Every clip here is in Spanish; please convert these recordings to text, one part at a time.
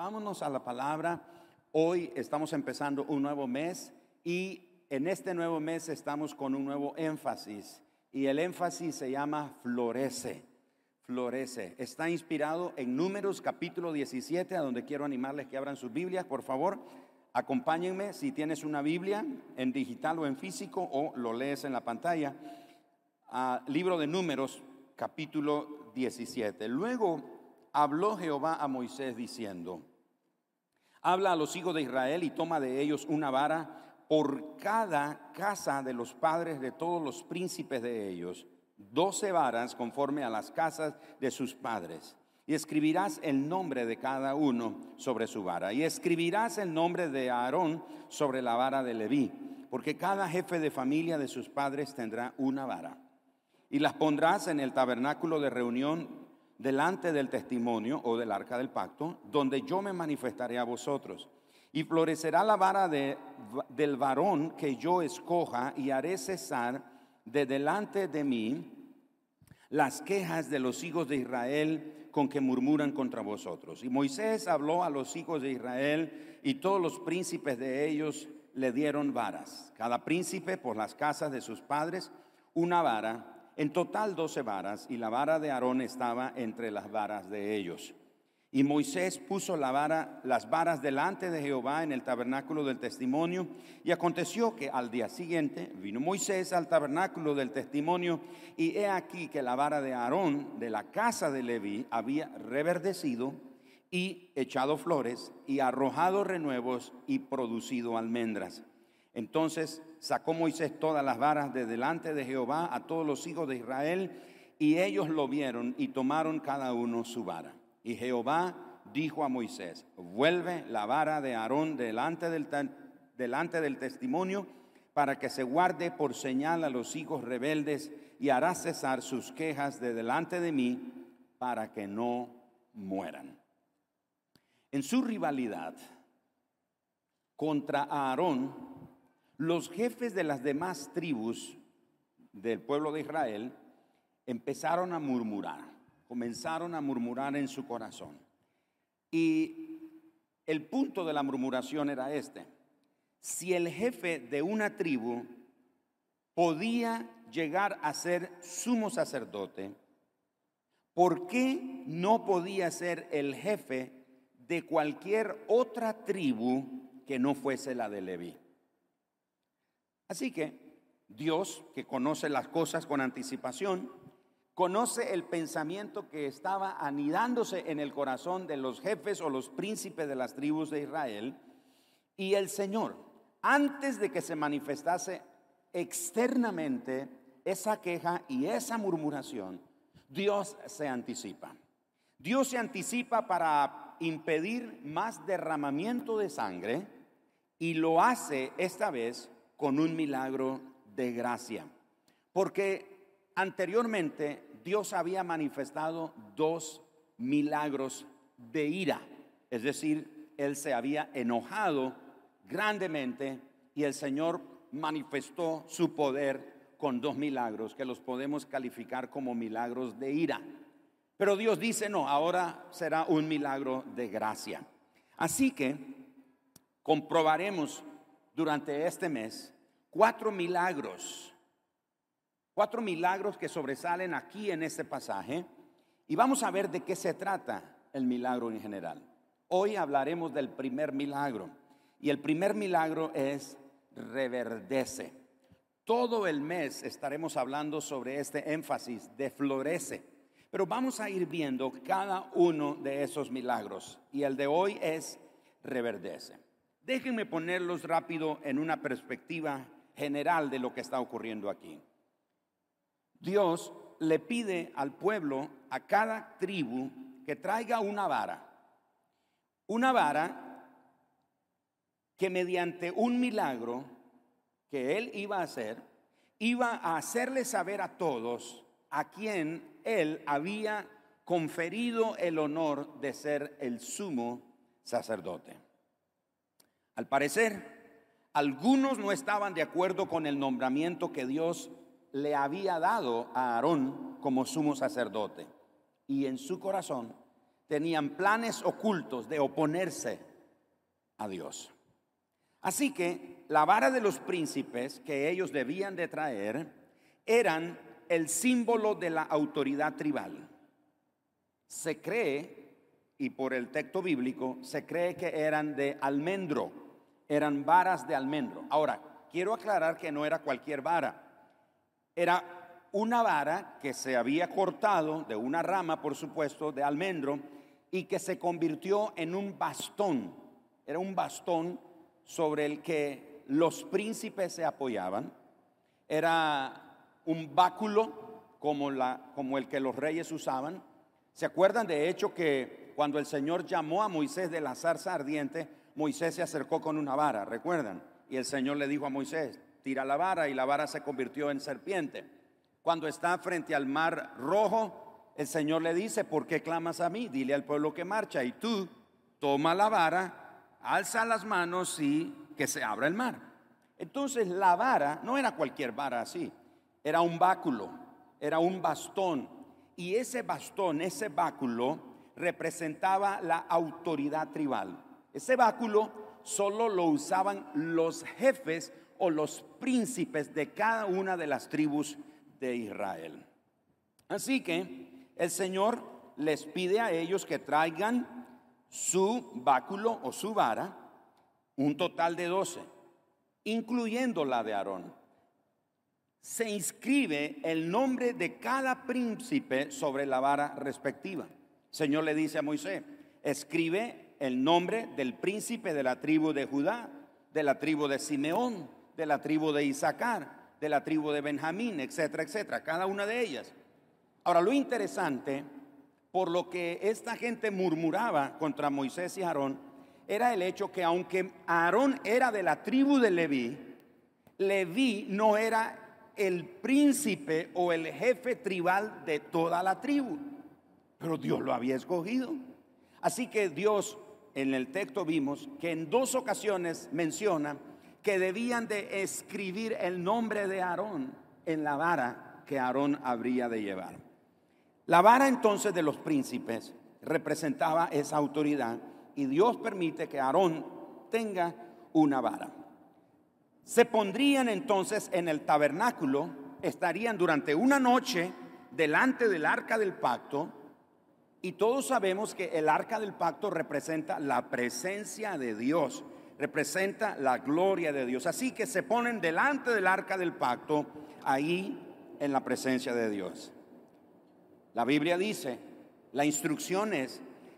Vámonos a la palabra. Hoy estamos empezando un nuevo mes y en este nuevo mes estamos con un nuevo énfasis. Y el énfasis se llama florece. Florece. Está inspirado en Números capítulo 17, a donde quiero animarles que abran sus Biblias, por favor. Acompáñenme si tienes una Biblia en digital o en físico o lo lees en la pantalla. Libro de Números capítulo 17. Luego habló Jehová a Moisés diciendo: habla a los hijos de Israel y toma de ellos una vara por cada casa de los padres de todos los príncipes de ellos, 12 varas conforme a las casas de sus padres. Y escribirás el nombre de cada uno sobre su vara. Y escribirás el nombre de Aarón sobre la vara de Leví, porque cada jefe de familia de sus padres tendrá una vara. Y las pondrás en el tabernáculo de reunión delante del testimonio o del arca del pacto, donde yo me manifestaré a vosotros. Y florecerá la vara del varón que yo escoja, y haré cesar de delante de mí las quejas de los hijos de Israel con que murmuran contra vosotros. Y Moisés habló a los hijos de Israel, y todos los príncipes de ellos le dieron varas, cada príncipe por las casas de sus padres una vara, en total 12 varas, y la vara de Aarón estaba entre las varas de ellos. Y Moisés puso las varas delante de Jehová en el tabernáculo del testimonio. Y aconteció que al día siguiente vino Moisés al tabernáculo del testimonio, y he aquí que la vara de Aarón de la casa de Leví había reverdecido y echado flores y arrojado renuevos y producido almendras. Entonces sacó Moisés todas las varas de delante de Jehová a todos los hijos de Israel, y ellos lo vieron y tomaron cada uno su vara. Y Jehová dijo a Moisés: vuelve la vara de Aarón delante del testimonio, para que se guarde por señal a los hijos rebeldes, y hará cesar sus quejas de delante de mí, para que no mueran. En su rivalidad contra Aarón, los jefes de las demás tribus del pueblo de Israel empezaron a murmurar. Comenzaron a murmurar en su corazón. Y el punto de la murmuración era este: si el jefe de una tribu podía llegar a ser sumo sacerdote, ¿por qué no podía ser el jefe de cualquier otra tribu que no fuese la de Leví? Así que Dios, que conoce las cosas con anticipación, conoce el pensamiento que estaba anidándose en el corazón de los jefes o los príncipes de las tribus de Israel. Y el Señor, antes de que se manifestase externamente esa queja y esa murmuración, Dios se anticipa. Dios se anticipa para impedir más derramamiento de sangre, y lo hace esta vez con un milagro de gracia. Porque anteriormente Dios había manifestado 2 milagros de ira, es decir, Él se había enojado grandemente, y el Señor manifestó su poder con 2 milagros que los podemos calificar como milagros de ira. Pero Dios dice: no, ahora será un milagro de gracia. Así que comprobaremos durante este mes 4 milagros que sobresalen aquí en este pasaje, y vamos a ver de qué se trata el milagro en general. Hoy hablaremos del primer milagro, y el primer milagro es reverdece. Todo el mes estaremos hablando sobre este énfasis de florece, pero vamos a ir viendo cada uno de esos milagros, y el de hoy es reverdece. Déjenme ponerlos rápido en una perspectiva general de lo que está ocurriendo aquí. Dios le pide al pueblo, a cada tribu, que traiga una vara que mediante un milagro que Él iba a hacer, iba a hacerle saber a todos a quien Él había conferido el honor de ser el sumo sacerdote. Al parecer, algunos no estaban de acuerdo con el nombramiento que Dios le había dado a Aarón como sumo sacerdote, y en su corazón tenían planes ocultos de oponerse a Dios. Así que la vara de los príncipes que ellos debían de traer eran el símbolo de la autoridad tribal. Se cree, y por el texto bíblico, se cree que eran de almendro, eran varas de almendro. Ahora, quiero aclarar que no era cualquier vara, era una vara que se había cortado de una rama, por supuesto, de almendro, y que se convirtió en un bastón. Era un bastón sobre el que los príncipes se apoyaban. Era un báculo como el que los reyes usaban. ¿Se acuerdan de hecho que cuando el Señor llamó a Moisés de la zarza ardiente, Moisés se acercó con una vara? ¿Recuerdan? Y el Señor le dijo a Moisés: tira la vara, y la vara se convirtió en serpiente. Cuando está frente al mar rojo, el Señor le dice: ¿por qué clamas a mí? Dile al pueblo que marcha. Y tú toma la vara, alza las manos y que se abra el mar. Entonces la vara no era cualquier vara así, era un báculo, era un bastón. Y ese bastón, ese báculo, representaba la autoridad tribal. Ese báculo solo lo usaban los jefes o los príncipes de cada una de las tribus de Israel. Así que el Señor les pide a ellos que traigan su báculo o su vara, un total de 12, incluyendo la de Aarón. Se inscribe el nombre de cada príncipe sobre la vara respectiva. El Señor le dice a Moisés: escribe el nombre del príncipe de la tribu de Judá, de la tribu de Simeón, de la tribu de Isaacar, de la tribu de Benjamín, etcétera, etcétera, cada una de ellas. Ahora, lo interesante, por lo que esta gente murmuraba contra Moisés y Aarón, era el hecho que aunque Aarón era de la tribu de Leví, Leví no era el príncipe o el jefe tribal de toda la tribu, pero Dios lo había escogido. Así que Dios, en el texto vimos que en 2 ocasiones menciona que debían de escribir el nombre de Aarón en la vara que Aarón habría de llevar. La vara entonces de los príncipes representaba esa autoridad, y Dios permite que Aarón tenga una vara. Se pondrían entonces en el tabernáculo, estarían durante una noche delante del arca del pacto, y todos sabemos que el arca del pacto representa la presencia de Dios, representa la gloria de Dios. Así que se ponen delante del arca del pacto, ahí en la presencia de Dios. La Biblia dice, la instrucción es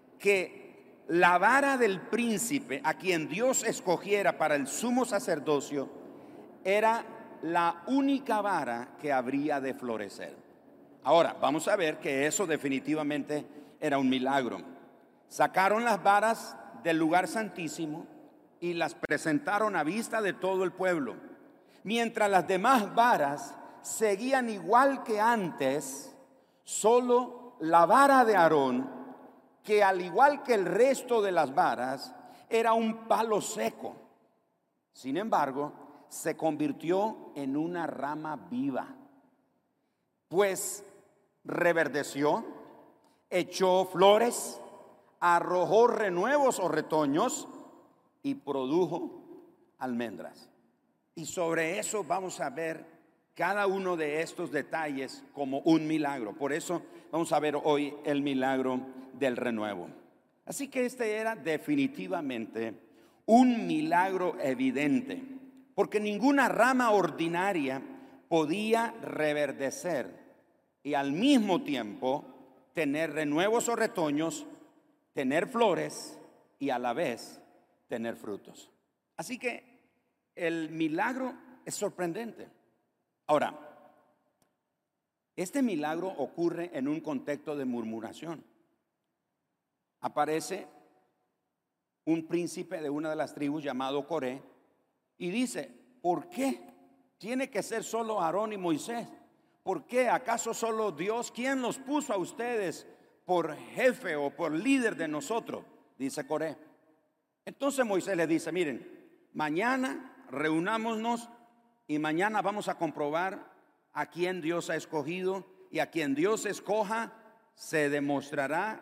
que la vara del príncipe a quien Dios escogiera para el sumo sacerdocio era la única vara que habría de florecer. Ahora, vamos a ver que eso definitivamente era un milagro. Sacaron las varas del lugar santísimo y las presentaron a vista de todo el pueblo, mientras las demás varas seguían igual que antes. Solo la vara de Aarón, que al igual que el resto de las varas, era un palo seco. Sin embargo, se convirtió en una rama viva, pues reverdeció, echó flores, arrojó renuevos o retoños y produjo almendras. Y sobre eso vamos a ver cada uno de estos detalles como un milagro. Por eso vamos a ver hoy el milagro del renuevo. Así que este era definitivamente un milagro evidente, porque ninguna rama ordinaria podía reverdecer y al mismo tiempo tener renuevos o retoños, tener flores y a la vez tener frutos. Así que el milagro es sorprendente. Ahora, este milagro ocurre en un contexto de murmuración. Aparece un príncipe de una de las tribus llamado Coré y dice: ¿por qué tiene que ser solo Aarón y Moisés? ¿Por qué? ¿Acaso solo Dios? ¿Quién los puso a ustedes por jefe o por líder de nosotros? Dice Coré. Entonces Moisés le dice: miren, mañana reunámonos y mañana vamos a comprobar a quién Dios ha escogido, y a quien Dios escoja se demostrará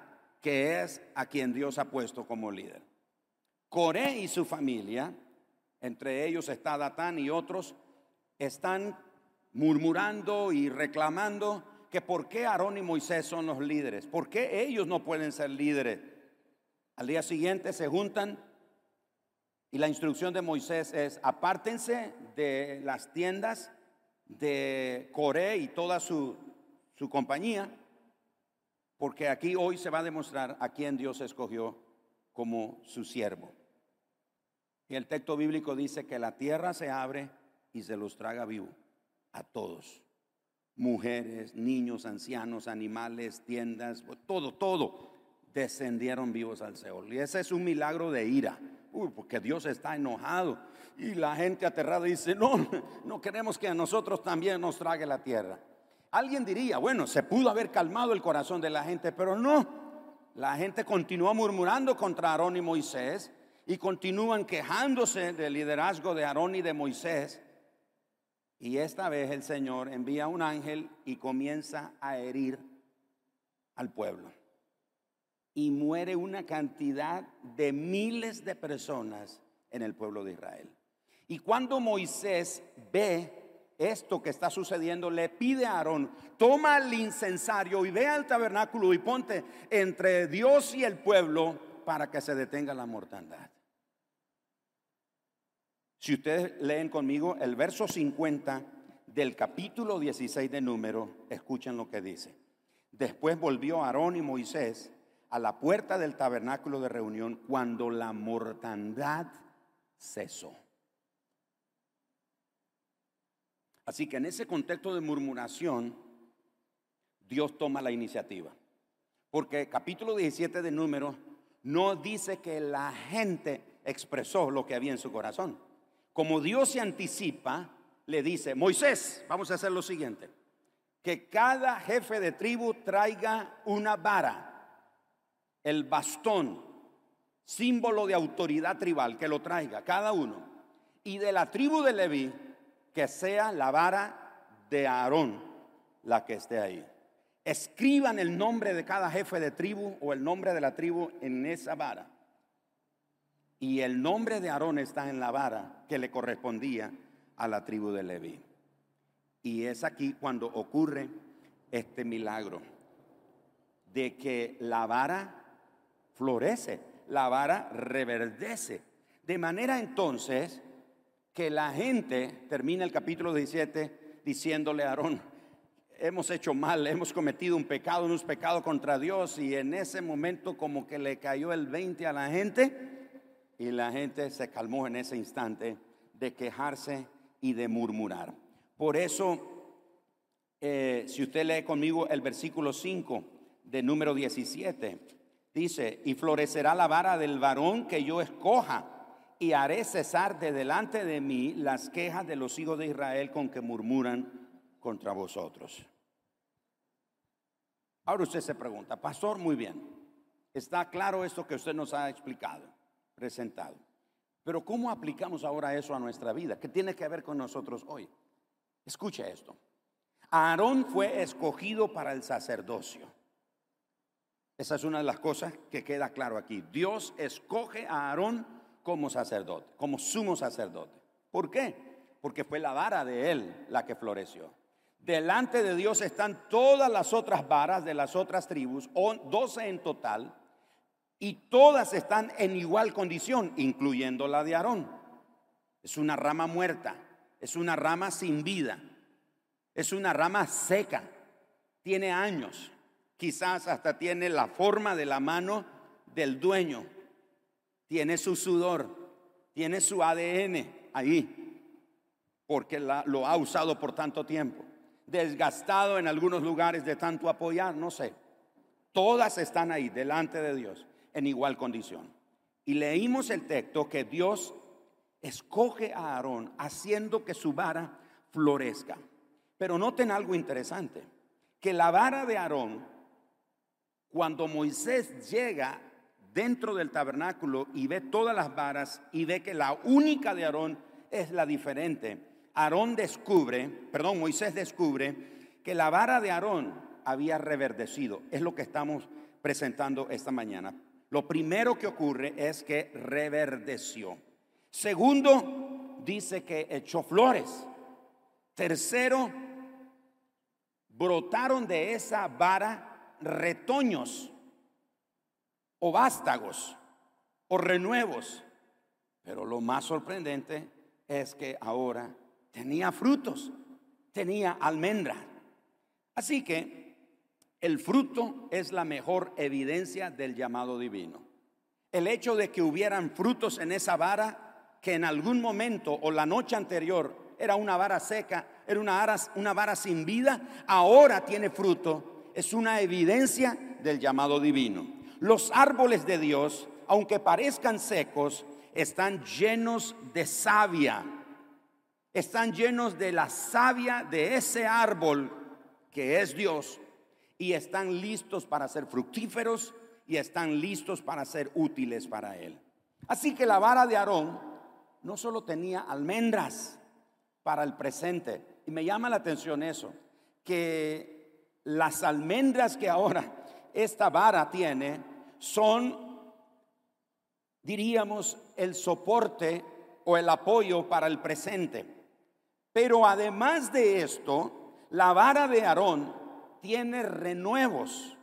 que es a quien Dios ha puesto como líder. Coré y su familia, entre ellos está Datán y otros, están murmurando y reclamando que por qué Aarón y Moisés son los líderes, por qué ellos no pueden ser líderes. Al día siguiente se juntan y la instrucción de Moisés es: apártense de las tiendas de Coré y toda su compañía, porque aquí hoy se va a demostrar a quién Dios escogió como su siervo. Y el texto bíblico dice que la tierra se abre y se los traga vivo a todos: mujeres, niños, ancianos, animales, tiendas, todo descendieron vivos al Seol. Y ese es un milagro de ira, porque Dios está enojado y la gente aterrada dice: no queremos que a nosotros también nos trague la tierra. Alguien diría: bueno, se pudo haber calmado el corazón de la gente, pero no. La gente continuó murmurando contra Aarón y Moisés y continúan quejándose del liderazgo de Aarón y de Moisés. Y esta vez el Señor envía un ángel y comienza a herir al pueblo. Y muere una cantidad de miles de personas en el pueblo de Israel. Y cuando Moisés ve esto que está sucediendo, le pide a Aarón: toma el incensario y ve al tabernáculo y ponte entre Dios y el pueblo para que se detenga la mortandad. Si ustedes leen conmigo el verso 50 del capítulo 16 de Números, escuchen lo que dice. Después volvió Aarón y Moisés a la puerta del tabernáculo de reunión cuando la mortandad cesó. Así que en ese contexto de murmuración, Dios toma la iniciativa. Porque capítulo 17 de Números no dice que la gente expresó lo que había en su corazón. Como Dios se anticipa, le dice: Moisés, vamos a hacer lo siguiente: que cada jefe de tribu traiga una vara, el bastón, símbolo de autoridad tribal, que lo traiga cada uno. Y de la tribu de Leví, que sea la vara de Aarón la que esté ahí. Escriban el nombre de cada jefe de tribu o el nombre de la tribu en esa vara. Y el nombre de Aarón está en la vara que le correspondía a la tribu de Leví. Y es aquí cuando ocurre este milagro de que la vara florece, la vara reverdece. De manera entonces que la gente termina el capítulo 17 diciéndole a Aarón: hemos hecho mal, hemos cometido un pecado contra Dios. Y en ese momento como que le cayó el 20 a la gente, y la gente se calmó en ese instante de quejarse y de murmurar. Por eso, si usted lee conmigo el versículo 5 de Número 17, dice: y florecerá la vara del varón que yo escoja, y haré cesar de delante de mí las quejas de los hijos de Israel con que murmuran contra vosotros. Ahora usted se pregunta: pastor, muy bien, está claro esto que usted nos ha explicado, presentado, pero ¿cómo aplicamos ahora eso a nuestra vida? ¿Qué tiene que ver con nosotros hoy? Escuche esto: Aarón fue escogido para el sacerdocio. Esa es una de las cosas que queda claro aquí. Dios escoge a Aarón como sacerdote, como sumo sacerdote. ¿Por qué? Porque fue la vara de él la que floreció. Delante de Dios están todas las otras varas de las otras tribus, 12 en total, y todas están en igual condición, incluyendo la de Aarón. Es una rama muerta, es una rama sin vida, es una rama seca, tiene años, quizás hasta tiene la forma de la mano del dueño, tiene su sudor, tiene su ADN ahí, porque lo ha usado por tanto tiempo, desgastado en algunos lugares de tanto apoyar, no sé. Todas están ahí delante de Dios en igual condición. Y leímos el texto que Dios escoge a Aarón haciendo que su vara florezca. Pero noten algo interesante, que la vara de Aarón, cuando Moisés llega dentro del tabernáculo y ve todas las varas y ve que la única de Aarón es la diferente, Moisés descubre que la vara de Aarón había reverdecido. Es lo que estamos presentando esta mañana. Lo primero que ocurre es que reverdeció. Segundo, dice que echó flores. Tercero, brotaron de esa vara retoños o vástagos o renuevos. Pero lo más sorprendente es que ahora tenía frutos, tenía almendra. Así que el fruto es la mejor evidencia del llamado divino. El hecho de que hubieran frutos en esa vara, que en algún momento o la noche anterior era una vara seca, era una vara sin vida, ahora tiene fruto, es una evidencia del llamado divino. Los árboles de Dios, aunque parezcan secos, están llenos de savia. Están llenos de la savia de ese árbol que es Dios, y están listos para ser fructíferos y están listos para ser útiles para Él. Así que la vara de Aarón no solo tenía almendras para el presente, y me llama la atención eso, que las almendras que ahora esta vara tiene son, diríamos, el soporte o el apoyo para el presente. Pero además de esto, la vara de Aarón tiene renuevos,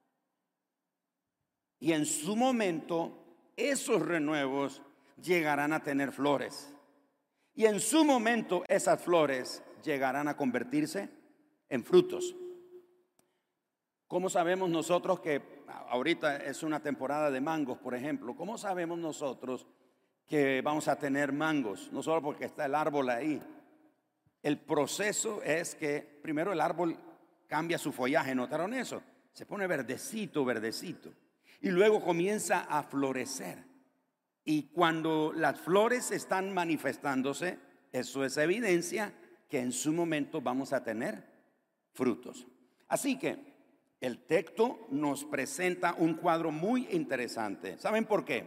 y en su momento esos renuevos llegarán a tener flores, y en su momento esas flores llegarán a convertirse en frutos. ¿Cómo sabemos nosotros que ahorita es una temporada de mangos, por ejemplo? ¿Cómo sabemos nosotros que vamos a tener mangos? No solo porque está el árbol ahí. El proceso es que primero el árbol cambia su follaje. ¿Notaron eso? Se pone verdecito, verdecito, y luego comienza a florecer. Y cuando las flores están manifestándose, eso es evidencia que en su momento vamos a tener frutos. Así que el texto nos presenta un cuadro muy interesante. ¿Saben por qué?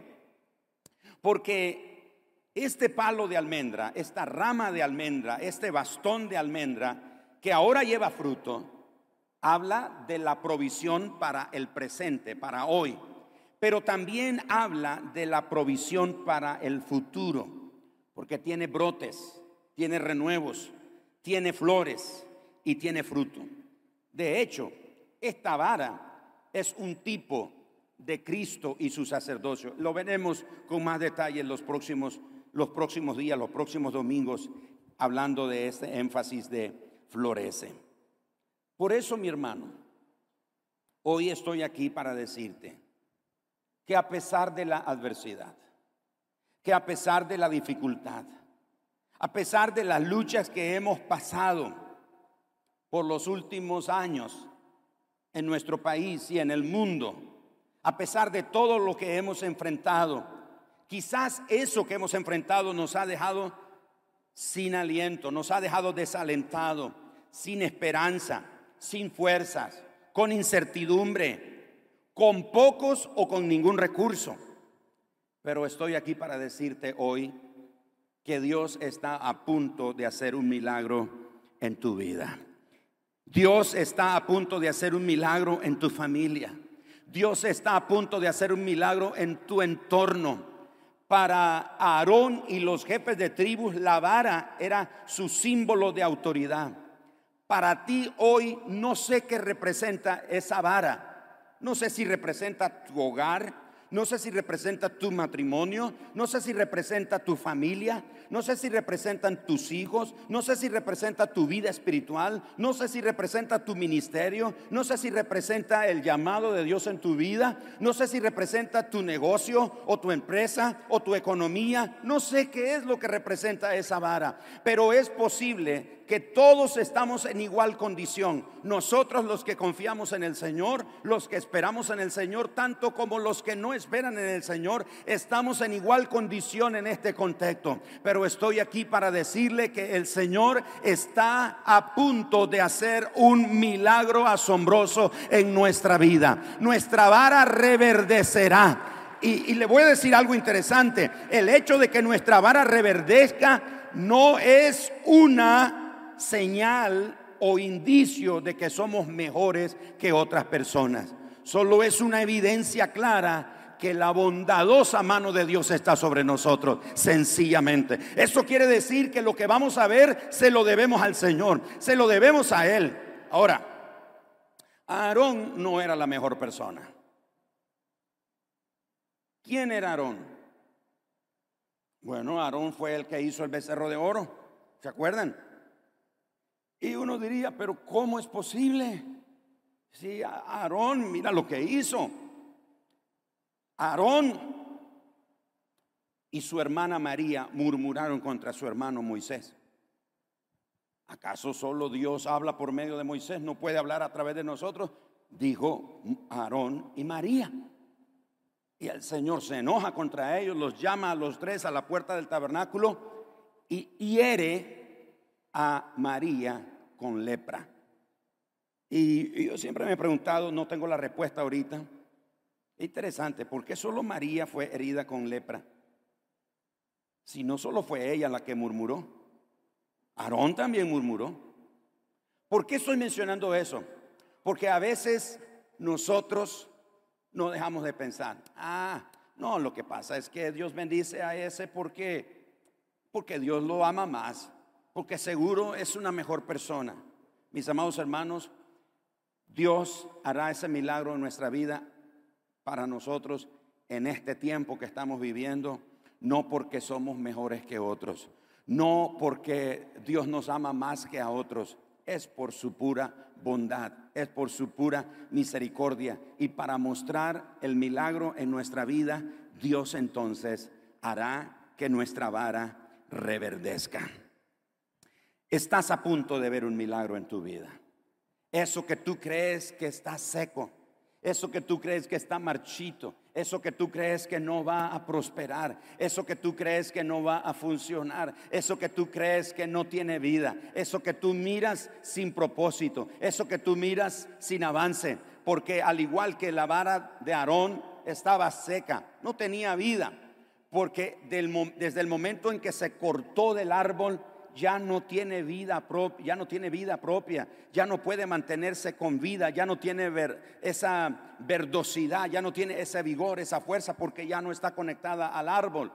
Porque este palo de almendra, esta rama de almendra, este bastón de almendra que ahora lleva fruto, habla de la provisión para el presente, para hoy, pero también habla de la provisión para el futuro, porque tiene brotes, tiene renuevos, tiene flores y tiene fruto. De hecho, esta vara es un tipo de Cristo y su sacerdocio. Lo veremos con más detalle en los próximos días, los próximos domingos, hablando de este énfasis de florece. Por eso, mi hermano, hoy estoy aquí para decirte que a pesar de la adversidad, que a pesar de la dificultad, a pesar de las luchas que hemos pasado por los últimos años en nuestro país y en el mundo, a pesar de todo lo que hemos enfrentado, quizás eso que hemos enfrentado nos ha dejado sin aliento, nos ha dejado desalentado, sin esperanza, sin fuerzas, con incertidumbre, con pocos o con ningún recurso. Pero estoy aquí para decirte hoy que Dios está a punto de hacer un milagro en tu vida. Dios está a punto de hacer un milagro en tu familia. Dios está a punto de hacer un milagro en tu entorno. Para Aarón y los jefes de tribus, la vara era su símbolo de autoridad. Para ti hoy no sé qué representa esa vara. No sé si representa tu hogar, no sé si representa tu matrimonio, no sé si representa tu familia, no sé si representan tus hijos, no sé si representa tu vida espiritual, no sé si representa tu ministerio, no sé si representa el llamado de Dios en tu vida, no sé si representa tu negocio o tu empresa o tu economía, no sé qué es lo que representa esa vara, pero es posible que todos estamos en igual condición. Nosotros los que confiamos en el Señor, los que esperamos en el Señor, tanto como los que no esperan en el Señor, estamos en igual condición en este contexto. Pero estoy aquí para decirle que el Señor está a punto de hacer un milagro asombroso en nuestra vida. Nuestra vara reverdecerá. Y le voy a decir algo interesante. El hecho de que nuestra vara reverdezca no es una señal o indicio de que somos mejores que otras personas. solo es una evidencia clara que la bondadosa mano de Dios está sobre nosotros, sencillamente. Eso quiere decir que lo que vamos a ver se lo debemos al Señor, se lo debemos a Él. Ahora, Aarón no era la mejor persona. ¿Quién era Aarón? Bueno, Aarón fue el que hizo el becerro de oro, ¿se acuerdan? Y uno diría, pero ¿cómo es posible? Si Aarón, mira lo que hizo. Aarón y su hermana María murmuraron contra su hermano Moisés. ¿Acaso solo Dios habla por medio de Moisés? ¿No puede hablar a través de nosotros? Dijo Aarón y María. Y el Señor se enoja contra ellos, los llama a los tres a la puerta del tabernáculo y hiere a María con lepra. Y yo siempre me he preguntado, no tengo la respuesta ahorita. Es interesante, ¿por qué solo María fue herida con lepra? Si no solo fue ella la que murmuró, Aarón también murmuró. ¿Por qué estoy mencionando eso? Porque a veces nosotros no dejamos de pensar, no, lo que pasa es que Dios bendice a ese porque Dios lo ama más, porque seguro es una mejor persona. Mis amados hermanos, Dios hará ese milagro en nuestra vida para nosotros en este tiempo que estamos viviendo, no porque somos mejores que otros, no porque Dios nos ama más que a otros, es por su pura bondad, es por su pura misericordia. Y para mostrar el milagro en nuestra vida, Dios entonces hará que nuestra vara reverdezca. Estás a punto de ver un milagro en tu vida. Eso que tú crees que está seco, eso que tú crees que está marchito, eso que tú crees que no va a prosperar, eso que tú crees que no va a funcionar, eso que tú crees que no tiene vida, eso que tú miras sin propósito, eso que tú miras sin avance, porque al igual que la vara de Aarón estaba seca, no tenía vida, porque desde el momento en que se cortó del árbol ya no tiene vida propia, ya no puede mantenerse con vida, ya no tiene esa verdosidad, ya no tiene ese vigor, esa fuerza, porque ya no está conectada al árbol.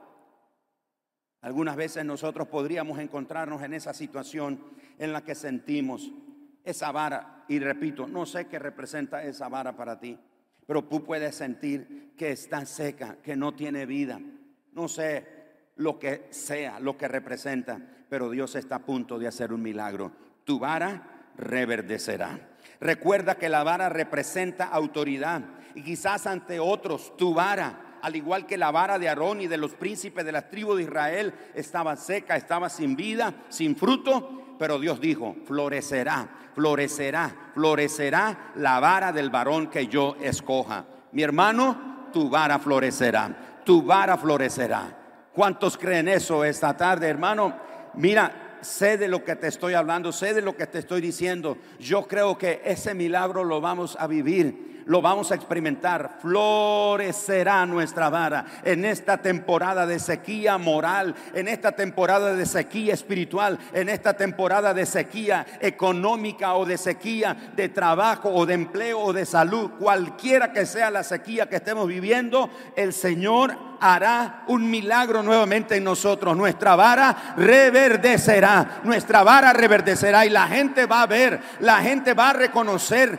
Algunas veces nosotros podríamos encontrarnos en esa situación en la que sentimos esa vara, y repito, no sé qué representa esa vara para ti, pero tú puedes sentir que está seca, que no tiene vida, no sé lo que sea, lo que representa, pero Dios está a punto de hacer un milagro. Tu vara reverdecerá. Recuerda que la vara representa autoridad, y quizás ante otros tu vara, al igual que la vara de Aarón y de los príncipes de la tribu de Israel, estaba seca, estaba sin vida, sin fruto, pero Dios dijo: florecerá, florecerá, florecerá la vara del varón que yo escoja. Mi hermano, tu vara florecerá, tu vara florecerá. ¿Cuántos creen eso esta tarde, hermano? Mira, sé de lo que te estoy hablando, sé de lo que te estoy diciendo. Yo creo que ese milagro lo vamos a vivir, lo vamos a experimentar. Florecerá nuestra vara en esta temporada de sequía moral, en esta temporada de sequía espiritual, en esta temporada de sequía económica o de sequía de trabajo o de empleo o de salud. Cualquiera que sea la sequía que estemos viviendo, el Señor hará un milagro nuevamente en nosotros. Nuestra vara reverdecerá, nuestra vara reverdecerá, y la gente va a ver, la gente va a reconocer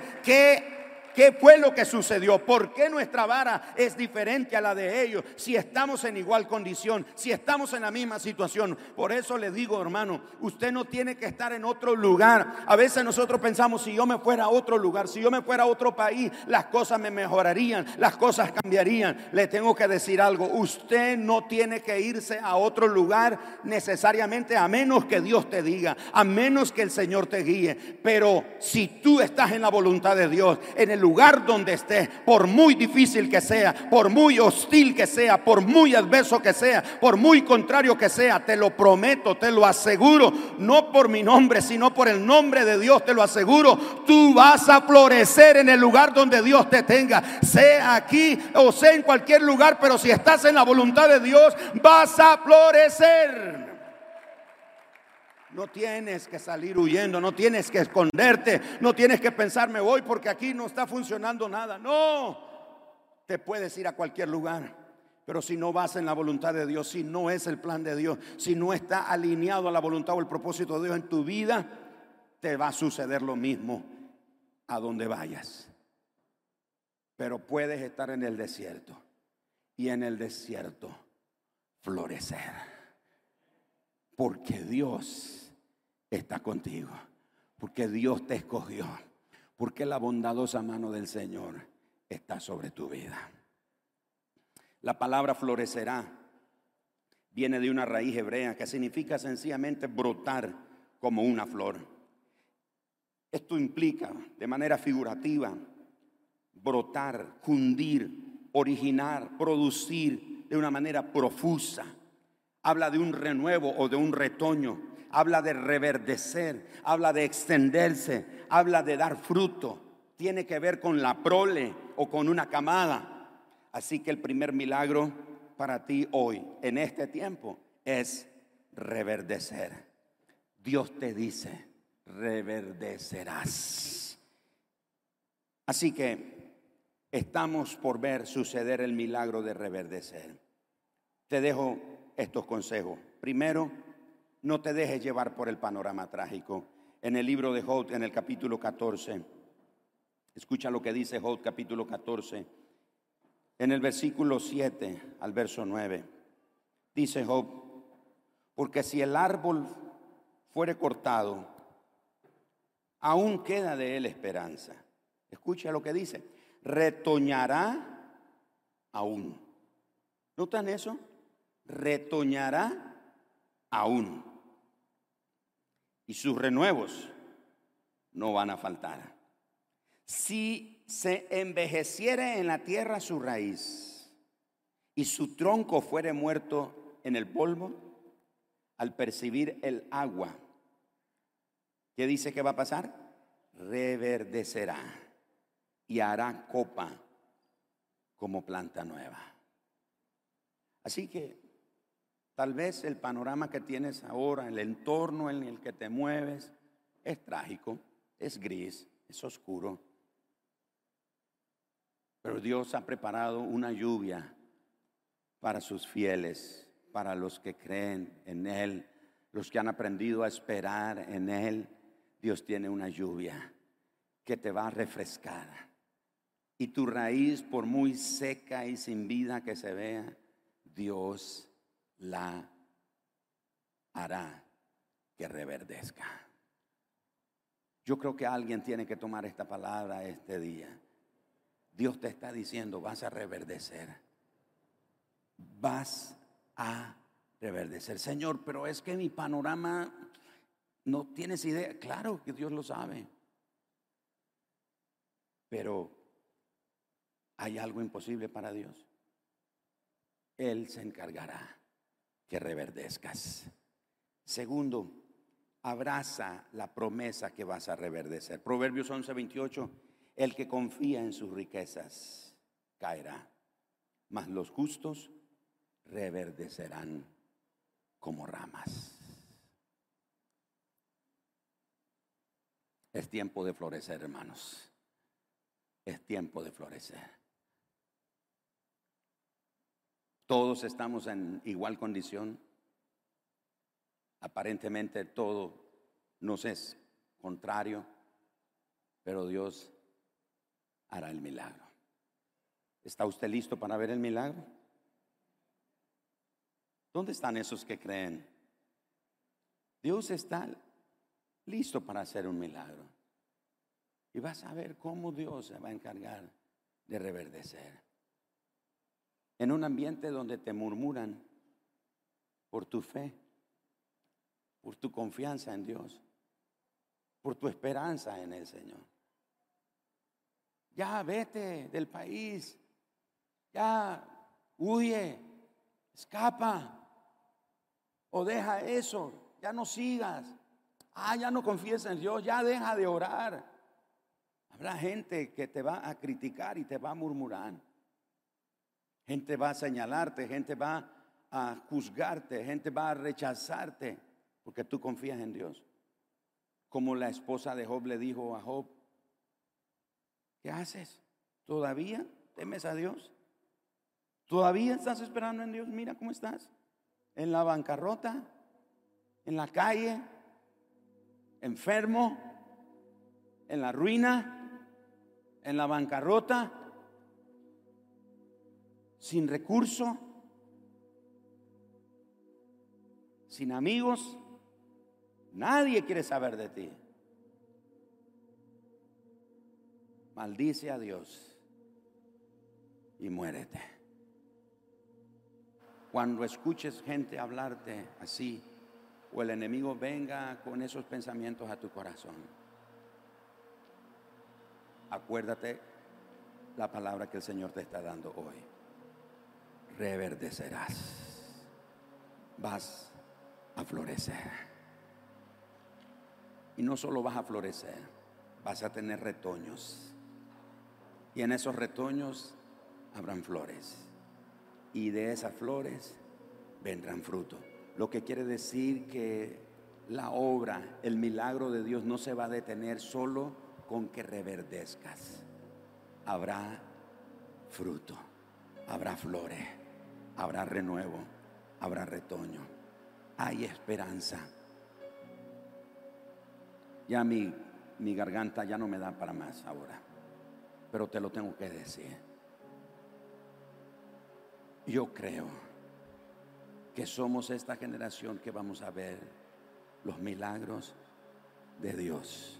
¿qué fue lo que sucedió? ¿Por qué nuestra vara es diferente a la de ellos? Si estamos en igual condición, si estamos en la misma situación. Por eso le digo, hermano, usted no tiene que estar en otro lugar. A veces nosotros pensamos, si yo me fuera a otro lugar, si yo me fuera a otro país, las cosas me mejorarían, las cosas cambiarían. Le tengo que decir algo: usted no tiene que irse a otro lugar necesariamente, a menos que Dios te diga, a menos que el Señor te guíe. Pero si tú estás en la voluntad de Dios, en el lugar donde estés, por muy difícil que sea, por muy hostil que sea, por muy adverso que sea, por muy contrario que sea, te lo prometo, te lo aseguro, no por mi nombre, sino por el nombre de Dios, te lo aseguro, tú vas a florecer en el lugar donde Dios te tenga, sea aquí o sea en cualquier lugar. Pero si estás en la voluntad de Dios, vas a florecer. No tienes que salir huyendo, no tienes que esconderte, no tienes que pensar me voy porque aquí no está funcionando nada. No, te puedes ir a cualquier lugar, pero si no vas en la voluntad de Dios, si no es el plan de Dios, si no está alineado a la voluntad o el propósito de Dios en tu vida, te va a suceder lo mismo a donde vayas. Pero puedes estar en el desierto y en el desierto florecer, porque Dios está contigo, porque Dios te escogió, porque la bondadosa mano del Señor está sobre tu vida. La palabra florecerá viene de una raíz hebrea que significa sencillamente brotar como una flor. Esto implica de manera figurativa brotar, cundir, originar, producir de una manera profusa. Habla de un renuevo o de un retoño. Habla de reverdecer, habla de extenderse, habla de dar fruto. Tiene que ver con la prole o con una camada. Así que el primer milagro para ti hoy, en este tiempo, es reverdecer. Dios te dice, reverdecerás. Así que estamos por ver suceder el milagro de reverdecer. Te dejo estos consejos. Primero, no te dejes llevar por el panorama trágico. En el libro de Job, en el capítulo 14, escucha lo que dice Job capítulo 14, en el versículo 7 al verso 9. Dice Job, porque si el árbol fuere cortado, aún queda de él esperanza. Escucha lo que dice, retoñará aún. ¿Notan eso? Retoñará aún. Y sus renuevos no van a faltar. Si se envejeciere en la tierra su raíz y su tronco fuere muerto en el polvo, al percibir el agua, ¿qué dice que va a pasar? Reverdecerá y hará copa como planta nueva. Así que tal vez el panorama que tienes ahora, el entorno en el que te mueves, es trágico, es gris, es oscuro. Pero Dios ha preparado una lluvia para sus fieles, para los que creen en Él, los que han aprendido a esperar en Él. Dios tiene una lluvia que te va a refrescar. Y tu raíz, por muy seca y sin vida que se vea, Dios la hará que reverdezca. Yo creo que alguien tiene que tomar esta palabra este día. Dios te está diciendo, vas a reverdecer. Vas a reverdecer. Señor, pero es que mi panorama no tienes idea. Claro que Dios lo sabe. Pero ¿hay algo imposible para Dios? Él se encargará que reverdezcas. Segundo, abraza la promesa que vas a reverdecer. Proverbios 11:28, el que confía en sus riquezas caerá, mas los justos reverdecerán como ramas. Es tiempo de florecer, hermanos. Es tiempo de florecer. Todos estamos en igual condición. Aparentemente todo nos es contrario, pero Dios hará el milagro. ¿Está usted listo para ver el milagro? ¿Dónde están esos que creen? Dios está listo para hacer un milagro. Y vas a ver cómo Dios se va a encargar de reverdecer. En un ambiente donde te murmuran por tu fe, por tu confianza en Dios, por tu esperanza en el Señor. Ya vete del país, ya huye, escapa o deja eso, ya no sigas. Ya no confíes en Dios, ya deja de orar. Habrá gente que te va a criticar y te va a murmurar. Gente va a señalarte, gente va a juzgarte, gente va a rechazarte. porque tú confías en Dios. Como la esposa de Job le dijo a Job: ¿qué haces? ¿Todavía temes a Dios? ¿Todavía estás esperando en Dios? Mira cómo estás, en la bancarrota, en la calle, enfermo, en la ruina, en la bancarrota, sin recurso, sin amigos. Nadie quiere saber de ti. Maldice a Dios y muérete. Cuando escuches gente hablarte así, o el enemigo venga con esos pensamientos a tu corazón, acuérdate la palabra que el Señor te está dando hoy. Reverdecerás. Vas a florecer. Y no solo vas a florecer, vas a tener retoños. Y en esos retoños habrán flores. Y de esas flores vendrán frutos. Lo que quiere decir que la obra, el milagro de Dios no se va a detener solo con que reverdezcas. Habrá fruto, habrá flores, habrá renuevo, habrá retoño. Hay esperanza. Ya mi garganta ya no me da para más ahora, pero te lo tengo que decir. Yo creo que somos esta generación que vamos a ver los milagros de Dios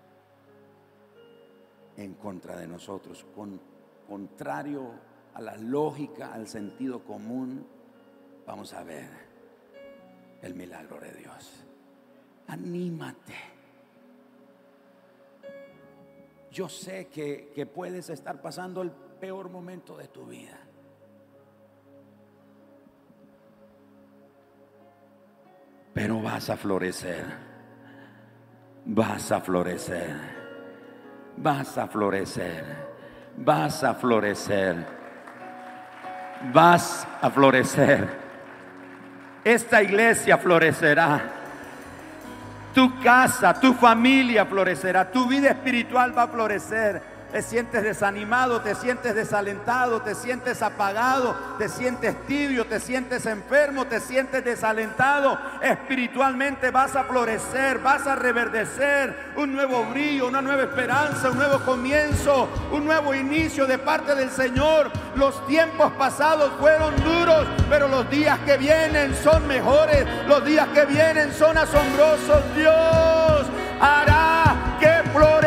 en contra de nosotros, contrario a la lógica, al sentido común. Vamos a ver el milagro de Dios. Anímate. Yo sé que puedes estar pasando el peor momento de tu vida, pero vas a florecer. Vas a florecer. Vas a florecer. Vas a florecer. Vas a florecer. Esta iglesia florecerá. Tu casa, tu familia florecerá. Tu vida espiritual va a florecer. Te sientes desanimado, te sientes desalentado, te sientes apagado, te sientes tibio, te sientes enfermo, te sientes desalentado. Espiritualmente vas a florecer, vas a reverdecer. Un nuevo brillo, una nueva esperanza, un nuevo comienzo, un nuevo inicio de parte del Señor. Los tiempos pasados fueron duros, pero los días que vienen son mejores. Los días que vienen son asombrosos. Dios hará que florezca